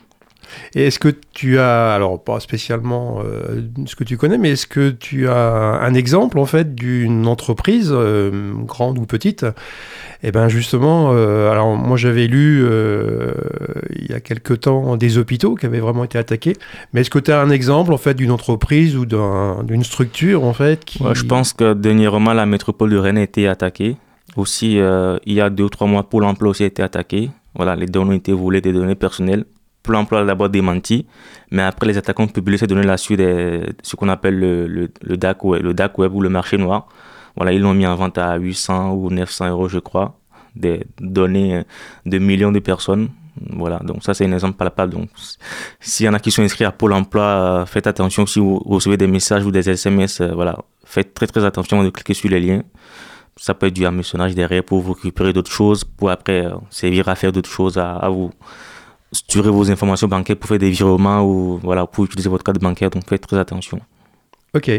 Et est-ce que tu as, alors pas spécialement euh, ce que tu connais, mais est-ce que tu as un exemple en fait d'une entreprise, euh, grande ou petite, et ben justement, euh, alors moi j'avais lu euh, il y a quelque temps des hôpitaux qui avaient vraiment été attaqués, mais est-ce que tu as un exemple en fait d'une entreprise ou d'un, d'une structure en fait qui... Ouais, je pense que dernièrement, la métropole de Rennes a été attaquée. Aussi, euh, il y a deux ou trois mois, Pôle emploi aussi a été attaqué. Voilà, les données ont été volées, des données personnelles. Pôle emploi a d'abord démenti, mais après les attaquants ont publié ces données là-dessus, des, ce qu'on appelle le, le, le, dark web, le dark web ou le marché noir. Voilà, ils l'ont mis en vente à huit cents ou neuf cents euros, je crois, des données de millions de personnes. Voilà, donc ça c'est un exemple palpable. Donc, s'il y en a qui sont inscrits à Pôle emploi, euh, faites attention si vous recevez des messages ou des S M S. Euh, voilà, faites très très attention de cliquer sur les liens. Ça peut être du hameçonnage derrière pour vous récupérer d'autres choses, pour après euh, servir à faire d'autres choses, à, à vous structurer vos informations bancaires pour faire des virements ou voilà, pour utiliser votre carte bancaire. Donc faites très attention. Ok.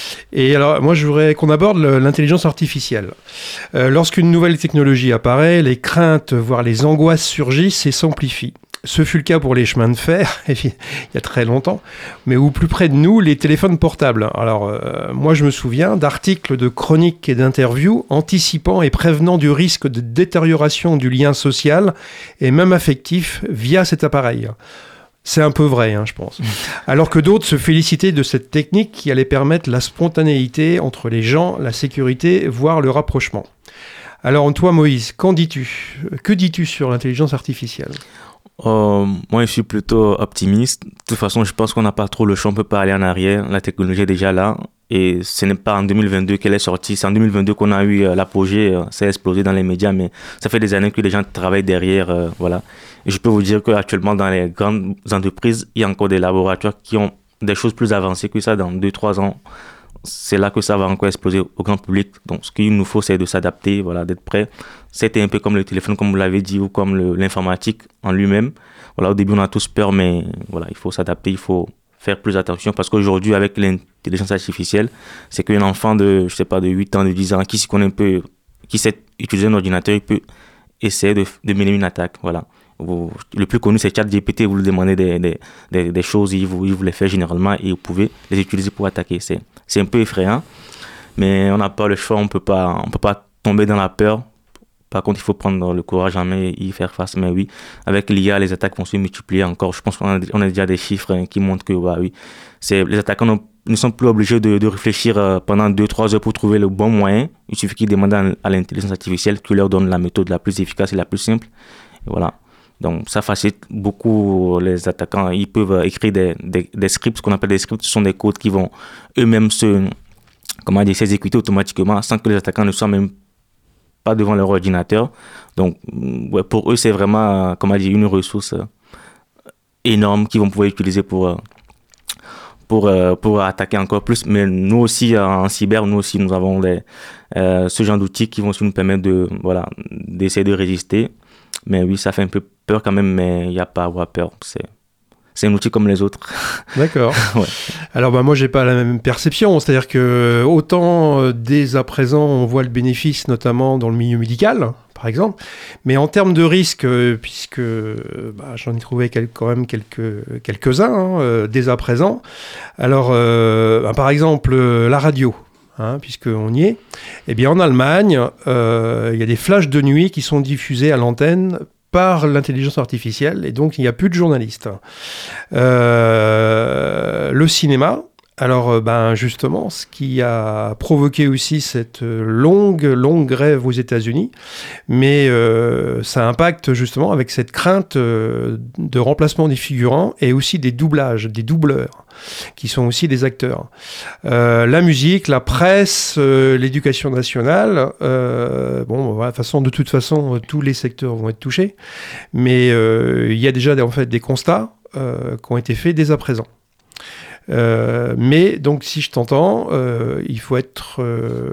Et alors, moi, je voudrais qu'on aborde le, l'intelligence artificielle. Euh, lorsqu'une nouvelle technologie apparaît, les craintes, voire les angoisses surgissent et s'amplifient. Ce fut le cas pour les chemins de fer, il y a très longtemps, mais ou plus près de nous, les téléphones portables. Alors, euh, moi, je me souviens d'articles, de chroniques et d'interviews anticipant et prévenant du risque de détérioration du lien social et même affectif via cet appareil. C'est un peu vrai, hein, je pense. Alors que d'autres se félicitaient de cette technique qui allait permettre la spontanéité entre les gens, la sécurité, voire le rapprochement. Alors, toi, Moïse, qu'en dis-tu ? Que dis-tu sur l'intelligence artificielle ? Euh, moi, je suis plutôt optimiste. De toute façon, je pense qu'on n'a pas trop le choix, on ne peut pas aller en arrière. La technologie est déjà là. Et ce n'est pas en deux mille vingt-deux qu'elle est sortie. C'est en deux mille vingt-deux qu'on a eu euh, l'apogée. Euh, ça a explosé dans les médias, mais ça fait des années que les gens travaillent derrière. Euh, voilà. Et je peux vous dire qu'actuellement, dans les grandes entreprises, il y a encore des laboratoires qui ont des choses plus avancées que ça dans deux trois ans. C'est là que ça va encore exploser au grand public. Donc, ce qu'il nous faut, c'est de s'adapter, voilà, d'être prêt. C'était un peu comme le téléphone, comme vous l'avez dit, ou comme le, l'informatique en lui-même. Voilà, au début, on a tous peur, mais voilà, il faut s'adapter, il faut faire plus attention. Parce qu'aujourd'hui, avec l'intelligence artificielle, c'est qu'un enfant de, je sais pas, de huit ans, de dix ans, qui s'y connaît un peu, qui sait utiliser un ordinateur, il peut essayer de, de mener une attaque. Voilà. Vous, le plus connu, c'est ChatGPT. Vous lui demandez des, des, des, des choses, il vous, il vous les fait généralement et vous pouvez les utiliser pour attaquer. C'est, c'est un peu effrayant, mais on n'a pas le choix, on ne peut pas tomber dans la peur. Par contre, il faut prendre le courage en main et y faire face. Mais oui, avec l'I A, les attaques vont se multiplier encore. Je pense qu'on a, on a déjà des chiffres hein, qui montrent que bah, oui, c'est, les attaquants ne sont plus obligés de, de réfléchir euh, pendant deux trois heures pour trouver le bon moyen. Il suffit qu'ils demandent à, à l'intelligence artificielle qui leur donne la méthode la plus efficace et la plus simple. Et voilà. Donc ça facilite beaucoup les attaquants. Ils peuvent écrire des, des, des scripts, ce qu'on appelle des scripts, ce sont des codes qui vont eux-mêmes se, comment dire, s'exécuter automatiquement sans que les attaquants ne soient même pas devant leur ordinateur. Donc ouais, pour eux, c'est vraiment, comment dire, une ressource énorme qu'ils vont pouvoir utiliser pour, pour, pour attaquer encore plus. Mais nous aussi, en cyber, nous aussi, nous avons les, euh, ce genre d'outils qui vont aussi nous permettre de, voilà, d'essayer de résister. Mais oui, ça fait un peu peur quand même, mais il n'y a pas à avoir peur. C'est, c'est un outil comme les autres. D'accord. Ouais. Alors, bah, moi, je n'ai pas la même perception. C'est-à-dire que autant euh, dès à présent, on voit le bénéfice, notamment dans le milieu médical, par exemple. Mais en termes de risque, euh, puisque euh, bah, j'en ai trouvé quel, quand même quelques, quelques-uns hein, euh, dès à présent. Alors, euh, bah, par exemple, euh, la radio. Hein, puisqu'on y est, eh bien en Allemagne, euh, il y a des flashs de nuit qui sont diffusés à l'antenne par l'intelligence artificielle, et donc il n'y a plus de journalistes. Euh, le cinéma, alors ben, justement, ce qui a provoqué aussi cette longue, longue grève aux États-Unis, mais euh, ça impacte justement avec cette crainte euh, de remplacement des figurants et aussi des doublages, des doubleurs, qui sont aussi des acteurs. Euh, la musique, la presse, euh, l'éducation nationale, euh, bon, voilà, de, façon, de toute façon, euh, tous les secteurs vont être touchés, mais euh, il y a déjà en fait, des constats euh, qui ont été faits dès à présent. Euh, mais donc, si je t'entends, euh, il faut être... Euh,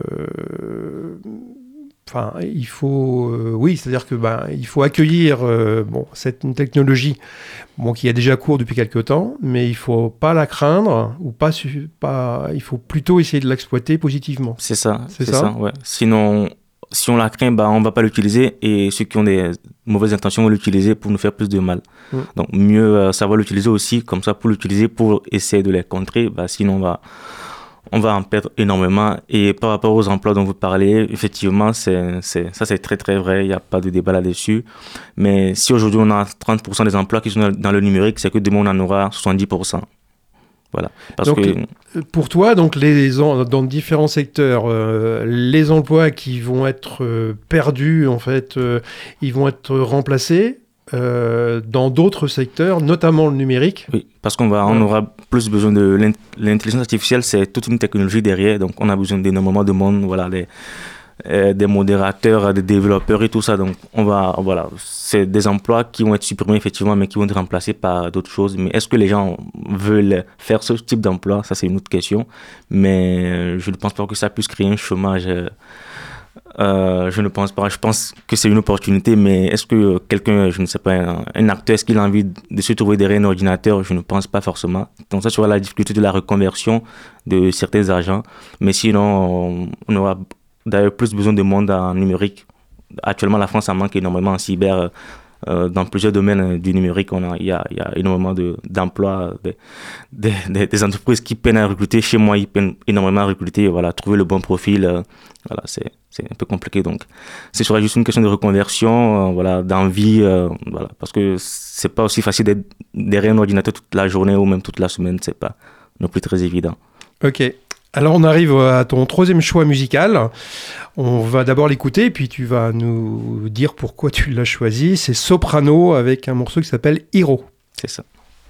Enfin, il faut, euh, oui, c'est-à-dire que ben, il faut accueillir euh, bon, cette une technologie bon, qui a déjà cours depuis quelques temps, mais il faut pas la craindre ou pas, pas, il faut plutôt essayer de l'exploiter positivement. C'est ça, c'est, c'est ça. ça ouais. Sinon, si on la craint, bah, on va pas l'utiliser et ceux qui ont des mauvaises intentions vont l'utiliser pour nous faire plus de mal. Mm. Donc, mieux euh, savoir l'utiliser aussi, comme ça, pour l'utiliser, pour essayer de les contrer, bah, sinon on va... on va en perdre énormément. Et par rapport aux emplois dont vous parlez, effectivement, c'est, c'est, ça c'est très très vrai, il n'y a pas de débat là-dessus. Mais si aujourd'hui on a trente pour cent des emplois qui sont dans le numérique, c'est que demain on en aura soixante-dix pour cent. Voilà. Parce donc, que... pour toi, donc les, dans différents secteurs, euh, les emplois qui vont être euh, perdus, en fait, euh, ils vont être remplacés Euh, dans d'autres secteurs, notamment le numérique. Oui, parce qu'on va, on aura plus besoin de l'intelligence artificielle, c'est toute une technologie derrière, donc on a besoin d'énormément de monde, voilà, des, euh, des modérateurs, des développeurs et tout ça, donc on va, voilà, c'est des emplois qui vont être supprimés effectivement, mais qui vont être remplacés par d'autres choses. Mais est-ce que les gens veulent faire ce type d'emploi? Ça, c'est une autre question, mais je ne pense pas que ça puisse créer un chômage. Euh, Euh, je ne pense pas. Je pense que c'est une opportunité, mais est-ce que quelqu'un, je ne sais pas, un, un acteur, est-ce qu'il a envie de se trouver derrière un ordinateur? Je ne pense pas forcément. Donc ça sera la difficulté de la reconversion de certains agents. Mais sinon, on, on aura d'ailleurs plus besoin de monde en numérique. Actuellement, la France en manque énormément en cyber. Euh, dans plusieurs domaines du numérique, on a, il y a, il y a énormément de, d'emplois, de, de, de, des entreprises qui peinent à recruter. Chez moi, ils peinent énormément à recruter. Voilà, trouver le bon profil, euh, voilà, c'est, c'est un peu compliqué. Donc, ce sera juste une question de reconversion, euh, voilà, d'envie, euh, voilà, parce que c'est pas aussi facile d'être derrière un ordinateur toute la journée ou même toute la semaine. C'est pas non plus très évident. Ok. Alors on arrive à ton troisième choix musical. On va d'abord l'écouter, puis tu vas nous dire pourquoi tu l'as choisi. C'est Soprano avec un morceau qui s'appelle Hero. C'est ça.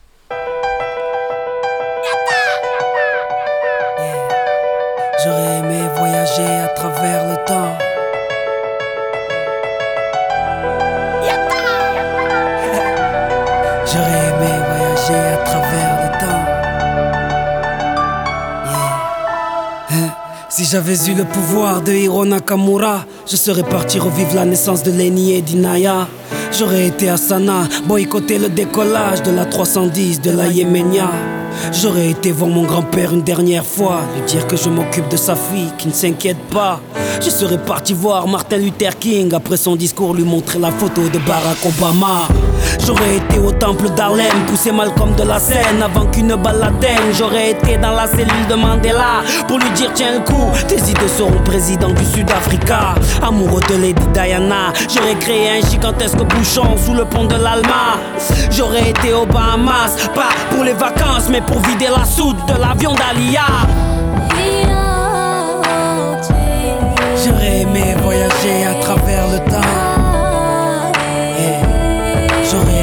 J'aurais aimé voyager à travers le temps. J'aurais aimé voyager à travers le temps. Si j'avais eu le pouvoir de Hiro Nakamura, je serais parti revivre la naissance de Lenny et d'Inaya. J'aurais été à Sanaa, boycotter le décollage de la trois cent dix de la Yéménia. J'aurais été voir mon grand-père une dernière fois, lui dire que je m'occupe de sa fille, qui ne s'inquiète pas. Je serais parti voir Martin Luther King, après son discours lui montrer la photo de Barack Obama. J'aurais été au temple d'Harlem, pousser Malcolm de la scène avant qu'une balle l'atteigne. J'aurais été dans la cellule de Mandela pour lui dire tiens le coup, tes idées seront président du Sud-Africa. Amoureux de Lady Diana, j'aurais créé un gigantesque bouchon sous le pont de l'Alma. J'aurais été aux Bahamas, pas pour les vacances mais pour vider la soute de l'avion d'Alia. J'aurais aimé voyager à travers le temps. Hey. J'aurais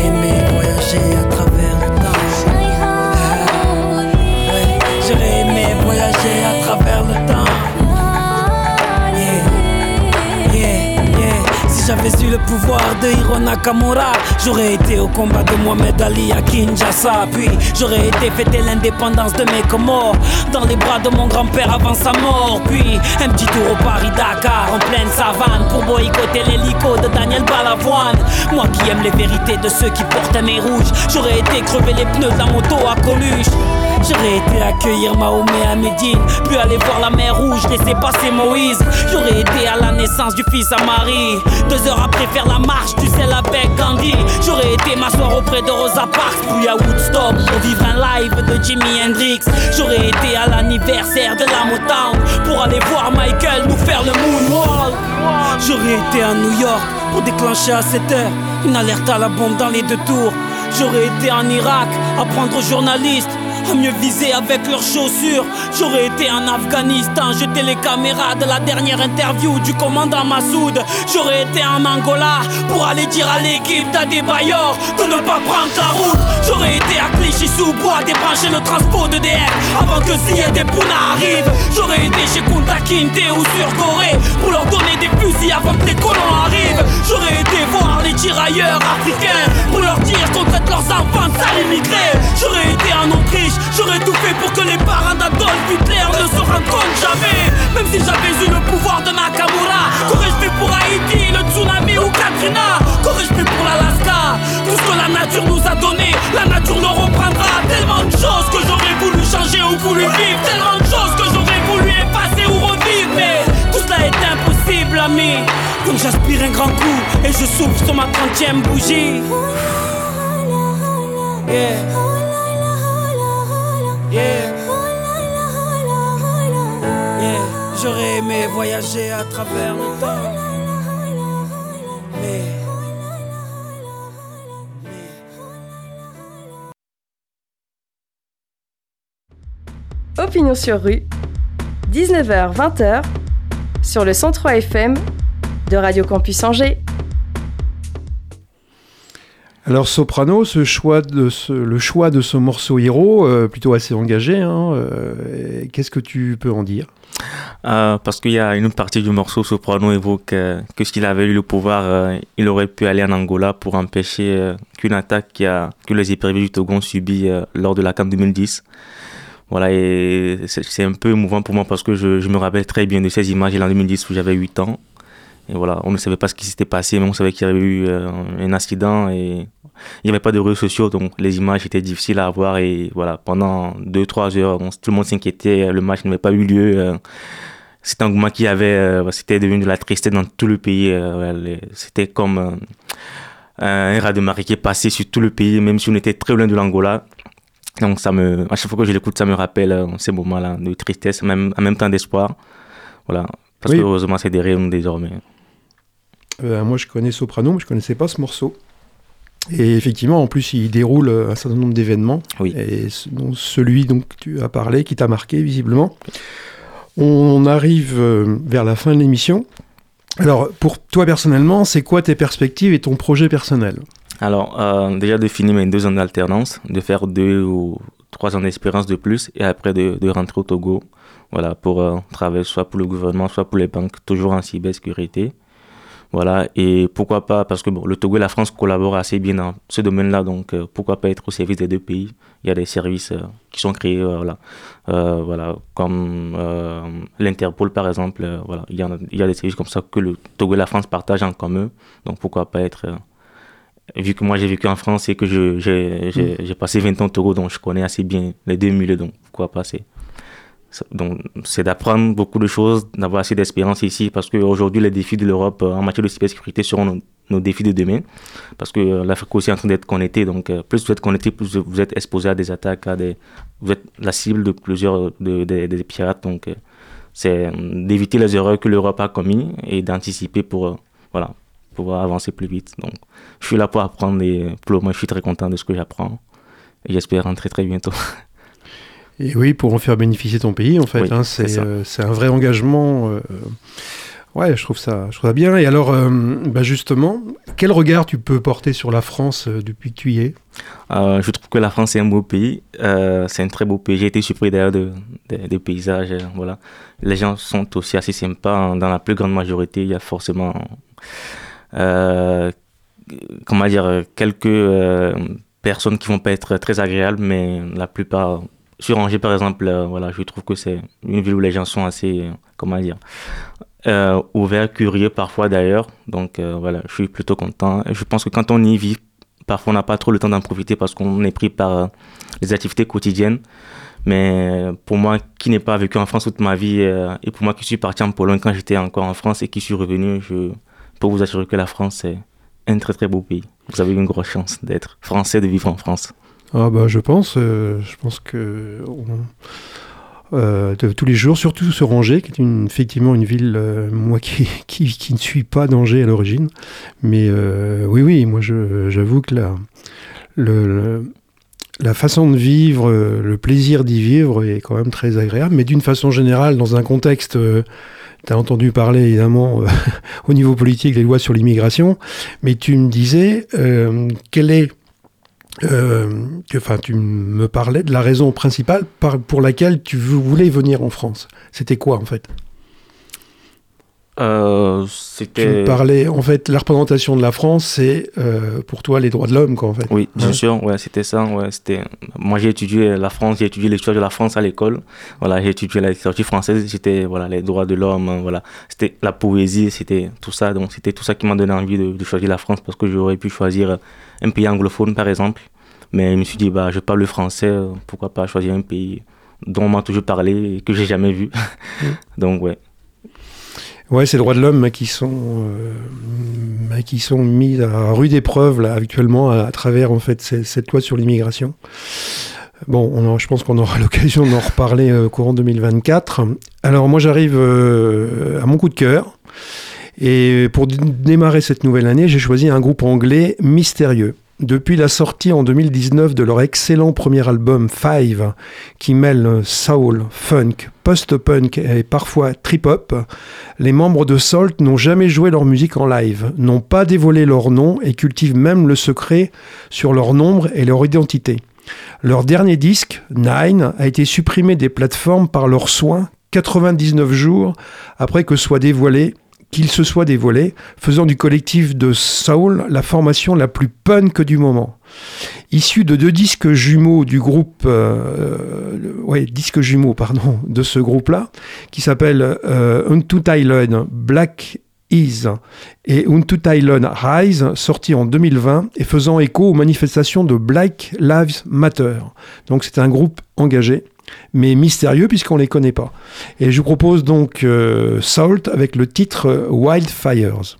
j'avais eu le pouvoir de Hiro Nakamura, j'aurais été au combat de Mohamed Ali à Kinshasa. Puis j'aurais été fêter l'indépendance de mes Comores dans les bras de mon grand-père avant sa mort. Puis un petit tour au Paris-Dakar en pleine savane pour boycotter l'hélico de Daniel Balavoine. Moi qui aime les vérités de ceux qui portent un nez rouge, j'aurais été crever les pneus de la moto à Coluche. J'aurais été accueillir Mahomet à Médine, puis aller voir la mer Rouge, laisser passer Moïse. J'aurais été à la naissance du fils à Marie, deux heures après faire la marche du sel avec Gandhi. J'aurais été m'asseoir auprès de Rosa Parks, puis à Woodstock pour vivre un live de Jimi Hendrix. J'aurais été à l'anniversaire de la Motown pour aller voir Michael nous faire le moonwalk. J'aurais été à New York pour déclencher à sept heures une alerte à la bombe dans les deux tours. J'aurais été en Irak apprendre aux journalistes à mieux viser avec leurs chaussures. J'aurais été en Afghanistan jeter les caméras de la dernière interview du commandant Massoud. J'aurais été en Angola pour aller dire à l'équipe d'Adebayor de ne pas prendre la route. J'aurais été à Clichy-sous-Bois débrancher le transport de D F avant que Ziyad et Pouna arrivent. J'aurais été chez Kunta Kinte ou sur Corée pour leur donner des fusils avant que les colons arrivent. J'aurais été voir les tirailleurs africains pour leur dire qu'on traite leurs enfants de sales immigrés. J'aurais été en Autriche, j'aurais tout fait pour que les parents d'Adolf Hitler ne se rendent compte jamais. Même si j'avais eu le pouvoir de Nakamura, qu'aurais-je fait pour Haïti, le tsunami ou Katrina? Qu'aurais-je fait pour l'Alaska? Tout ce que la nature nous a donné, la nature le reprendra. Tellement de choses que j'aurais voulu changer ou voulu vivre, tellement de choses que j'aurais voulu effacer ou revivre. Mais tout cela est impossible, ami. Donc j'aspire un grand coup et je souffle sur ma trentième bougie. Yeah. Yeah. Yeah. J'aurais aimé voyager à travers le temps, mais Opinion sur rue, dix-neuf heures vingt heures, sur le cent trois F M de Radio Campus Angers. Alors Soprano, ce choix de ce, le choix de ce morceau Hiro, euh, plutôt assez engagé, hein, euh, qu'est-ce que tu peux en dire? euh, Parce qu'il y a une partie du morceau, Soprano évoque euh, que s'il avait eu le pouvoir, euh, il aurait pu aller en Angola pour empêcher euh, qu'une attaque qui a, que les éperviers du Togo ont subie euh, lors de la CAN deux mille dix. Voilà, et c'est, c'est un peu émouvant pour moi parce que je, je me rappelle très bien de ces images en deux mille dix où j'avais huit ans. Et voilà, on ne savait pas ce qui s'était passé, mais on savait qu'il y avait eu euh, un accident et il n'y avait pas de réseaux sociaux, donc les images étaient difficiles à voir. Et voilà, pendant deux trois heures, on, tout le monde s'inquiétait, le match n'avait pas eu lieu. Euh, cet engouement qu'il y avait, euh, c'était devenu de la tristesse dans tout le pays. Euh, les, c'était comme euh, un raz de marée qui est passé sur tout le pays, même si on était très loin de l'Angola. Donc ça me, à chaque fois que je l'écoute, ça me rappelle euh, ces moments-là de tristesse, même, en même temps d'espoir. Voilà, parce oui. que heureusement, c'est derrière nous désormais. Euh, moi, je connais Soprano, mais je ne connaissais pas ce morceau. Et effectivement, en plus, il déroule un certain nombre d'événements. Oui. Et dont celui dont tu as parlé, qui t'a marqué, visiblement. On arrive vers la fin de l'émission. Alors, pour toi, personnellement, c'est quoi tes perspectives et ton projet personnel? Alors, euh, déjà de finir mes deux ans d'alternance, de faire deux ou trois ans d'expérience de plus, et après de, de rentrer au Togo, voilà, pour euh, travailler soit pour le gouvernement, soit pour les banques, toujours en cybersécurité. Voilà, et pourquoi pas, parce que bon, le Togo et la France collaborent assez bien dans ce domaine-là, donc euh, pourquoi pas être au service des deux pays. Il y a des services euh, qui sont créés, euh, voilà, euh, voilà, comme euh, l'Interpol par exemple, euh, voilà, il y, a, il y a des services comme ça que le Togo et la France partagent en commun, donc pourquoi pas être... Euh, vu que moi j'ai vécu en France et que je, j'ai, j'ai, j'ai passé vingt ans au Togo, donc je connais assez bien les deux milieux, donc pourquoi pas, c'est... Donc, c'est d'apprendre beaucoup de choses, d'avoir assez d'expérience ici, parce qu'aujourd'hui, les défis de l'Europe en matière de cybersécurité seront nos, nos défis de demain, parce que l'Afrique aussi est en train d'être connectée, donc plus vous êtes connecté, plus vous êtes exposé à des attaques, à des, vous êtes la cible de plusieurs de, de, de, de pirates, donc c'est d'éviter les erreurs que l'Europe a commises et d'anticiper pour voilà, pouvoir avancer plus vite. Donc, je suis là pour apprendre et pour le moment, je suis très content de ce que j'apprends et j'espère rentrer très bientôt. Et oui, pour en faire bénéficier ton pays, en fait, oui, hein, c'est, c'est, euh, c'est un vrai engagement. Euh, ouais, je trouve ça, je trouve ça bien. Et alors, euh, bah justement, quel regard tu peux porter sur la France euh, depuis que tu y es? euh, Je trouve que la France est un beau pays. Euh, c'est un très beau pays. J'ai été surpris d'ailleurs de, de, des paysages. Euh, voilà. Les gens sont aussi assez sympas. Hein. Dans la plus grande majorité, il y a forcément euh, comment dire, quelques euh, personnes qui vont pas être très agréables, mais la plupart, sur Angers par exemple, euh, voilà, je trouve que c'est une ville où les gens sont assez, euh, comment dire, euh, ouverts, curieux parfois d'ailleurs. Donc euh, voilà, je suis plutôt content. Je pense que quand on y vit, parfois on n'a pas trop le temps d'en profiter parce qu'on est pris par euh, les activités quotidiennes. Mais pour moi, qui n'ai pas vécu en France toute ma vie, euh, et pour moi qui suis parti en Pologne quand j'étais encore en France et qui suis revenu, je peux vous assurer que la France, c'est un très très beau pays. Vous avez une grosse chance d'être français, de vivre en France. Ah bah je pense, euh, je pense que on, euh, de tous les jours, surtout sur Angers, qui est une, effectivement une ville, euh, moi qui, qui, qui ne suis pas d'Angers à l'origine, mais euh, oui oui, moi je, j'avoue que la, le, le, la façon de vivre, euh, le plaisir d'y vivre est quand même très agréable, mais d'une façon générale, dans un contexte... Euh, tu as entendu parler évidemment euh, au niveau politique des lois sur l'immigration, mais tu me disais euh, quelle est, euh, que, enfin tu me parlais de la raison principale par, pour laquelle tu voulais venir en France. C'était quoi en fait ? Euh, Tu me parlais, en fait, la représentation de la France, c'est euh, pour toi les droits de l'homme, quoi, en fait. Oui, bien ouais. sûr, ouais, c'était ça. Ouais, c'était... Moi, j'ai étudié la France, j'ai étudié l'histoire de la France à l'école. Voilà, j'ai étudié la littérature française, c'était voilà, les droits de l'homme, voilà. C'était la poésie, c'était tout ça. Donc, c'était tout ça qui m'a donné envie de, de choisir la France parce que j'aurais pu choisir un pays anglophone, par exemple. Mais je me suis dit, bah, je parle le français, pourquoi pas choisir un pays dont on m'a toujours parlé et que j'ai jamais vu. Mmh. Donc, ouais. Ouais, ces droits de l'homme qui sont, euh, qui sont mis à rude épreuve là, actuellement à, à travers en fait, cette, cette loi sur l'immigration. Bon, on a, je pense qu'on aura l'occasion d'en reparler euh, courant deux mille vingt-quatre. Alors moi j'arrive euh, à mon coup de cœur. Et pour d- démarrer cette nouvelle année, j'ai choisi un groupe anglais mystérieux. Depuis la sortie en deux mille dix-neuf de leur excellent premier album Five, qui mêle soul, funk, post-punk et parfois trip-hop, les membres de Salt n'ont jamais joué leur musique en live, n'ont pas dévoilé leur nom et cultivent même le secret sur leur nombre et leur identité. Leur dernier disque, Nine, a été supprimé des plateformes par leurs soins quatre-vingt-dix-neuf jours après que soit dévoilé qu'il se soit dévoilé, faisant du collectif de soul la formation la plus punk du moment. Issu de deux disques jumeaux du groupe, euh, ouais, disques jumeaux, pardon, de ce groupe-là, qui s'appelle euh, Untitled Black Is et Untitled Rise, sorti en deux mille vingt et faisant écho aux manifestations de Black Lives Matter. Donc c'est un groupe engagé, mais mystérieux puisqu'on ne les connaît pas. Et je vous propose donc euh, Salt avec le titre Wildfires.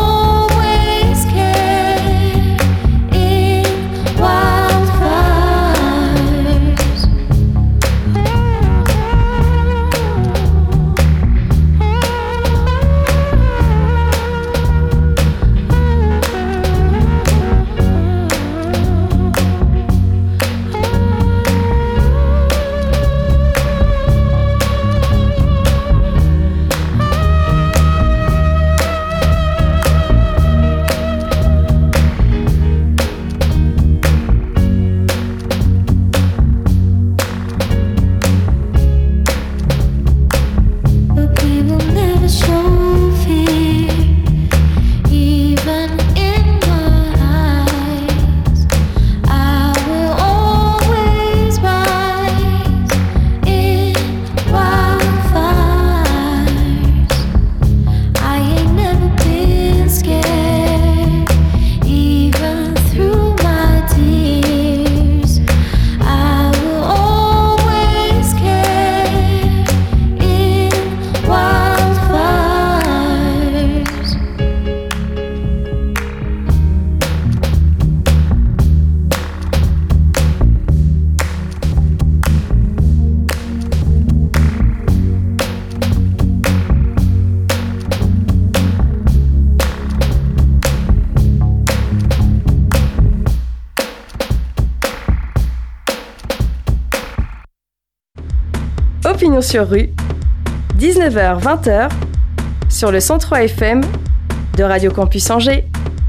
Wildfire. Opinion sur rue, dix-neuf heures vingt heures, sur le cent trois F M de Radio Campus Angers.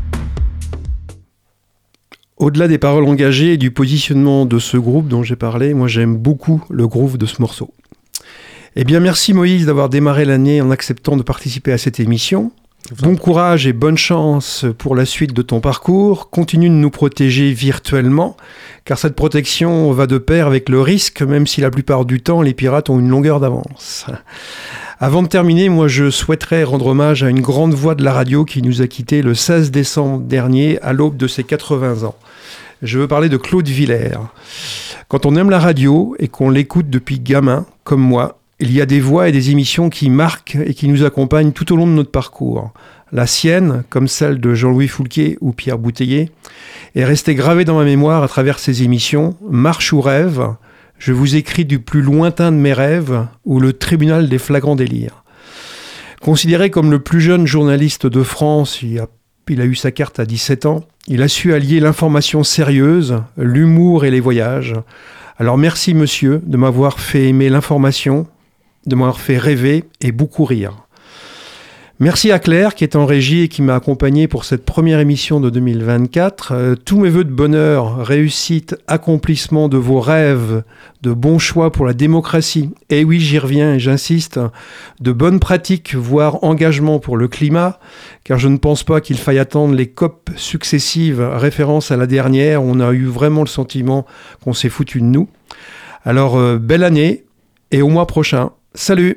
Au-delà des paroles engagées et du positionnement de ce groupe dont j'ai parlé, moi j'aime beaucoup le groove de ce morceau. Eh bien merci Moïse d'avoir démarré l'année en acceptant de participer à cette émission. Bon courage et bonne chance pour la suite de ton parcours. Continue de nous protéger virtuellement, car cette protection va de pair avec le risque, même si la plupart du temps, les pirates ont une longueur d'avance. Avant de terminer, moi je souhaiterais rendre hommage à une grande voix de la radio qui nous a quittés le seize décembre dernier, à l'aube de ses quatre-vingts ans. Je veux parler de Claude Villers. Quand on aime la radio et qu'on l'écoute depuis gamin, comme moi, il y a des voix et des émissions qui marquent et qui nous accompagnent tout au long de notre parcours. La sienne, comme celle de Jean-Louis Foulquier ou Pierre Bouteiller, est restée gravée dans ma mémoire à travers ces émissions. Marche ou rêve, je vous écris du plus lointain de mes rêves, ou le tribunal des flagrants délires. Considéré comme le plus jeune journaliste de France, il a, il a eu sa carte à dix-sept ans, il a su allier l'information sérieuse, l'humour et les voyages. Alors merci monsieur de m'avoir fait aimer l'information, de m'avoir fait rêver et beaucoup rire. Merci à Claire qui est en régie et qui m'a accompagné pour cette première émission de deux mille vingt-quatre. Euh, tous mes vœux de bonheur, réussite, accomplissement de vos rêves, de bons choix pour la démocratie. Et oui, j'y reviens et j'insiste, de bonnes pratiques, voire engagement pour le climat, car je ne pense pas qu'il faille attendre les C O P successives, référence à la dernière, où on a eu vraiment le sentiment qu'on s'est foutu de nous. Alors, euh, belle année et au mois prochain. Salut!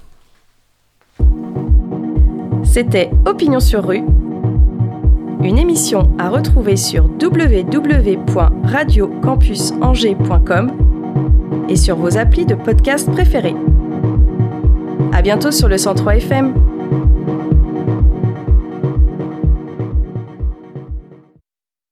C'était Opinion sur rue, une émission à retrouver sur w w w point radio campus angers point com et sur vos applis de podcast préférés. À bientôt sur le cent trois F M.